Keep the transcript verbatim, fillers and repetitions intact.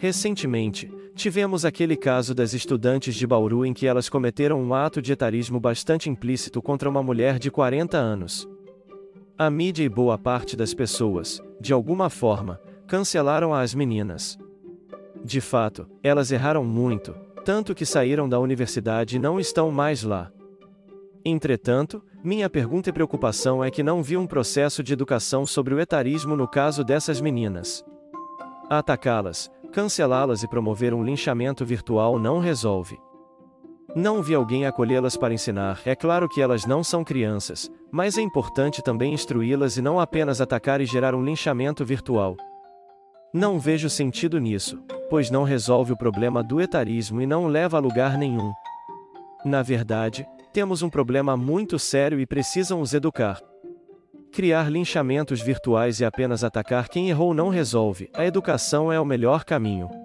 Recentemente, tivemos aquele caso das estudantes de Bauru em que elas cometeram um ato de etarismo bastante implícito contra uma mulher de quarenta anos. A mídia e boa parte das pessoas, de alguma forma, cancelaram as meninas. De fato, elas erraram muito, tanto que saíram da universidade e não estão mais lá. Entretanto, minha pergunta e preocupação é que não vi um processo de educação sobre o etarismo no caso dessas meninas. Atacá-las, cancelá-las e promover um linchamento virtual não resolve. Não vi alguém acolhê-las para ensinar. É claro que elas não são crianças, mas é importante também instruí-las e não apenas atacar e gerar um linchamento virtual. Não vejo sentido nisso, pois não resolve o problema do etarismo e não leva a lugar nenhum. Na verdade, temos um problema muito sério e precisam os educar. Criar linchamentos virtuais e apenas atacar quem errou não resolve. A educação é o melhor caminho.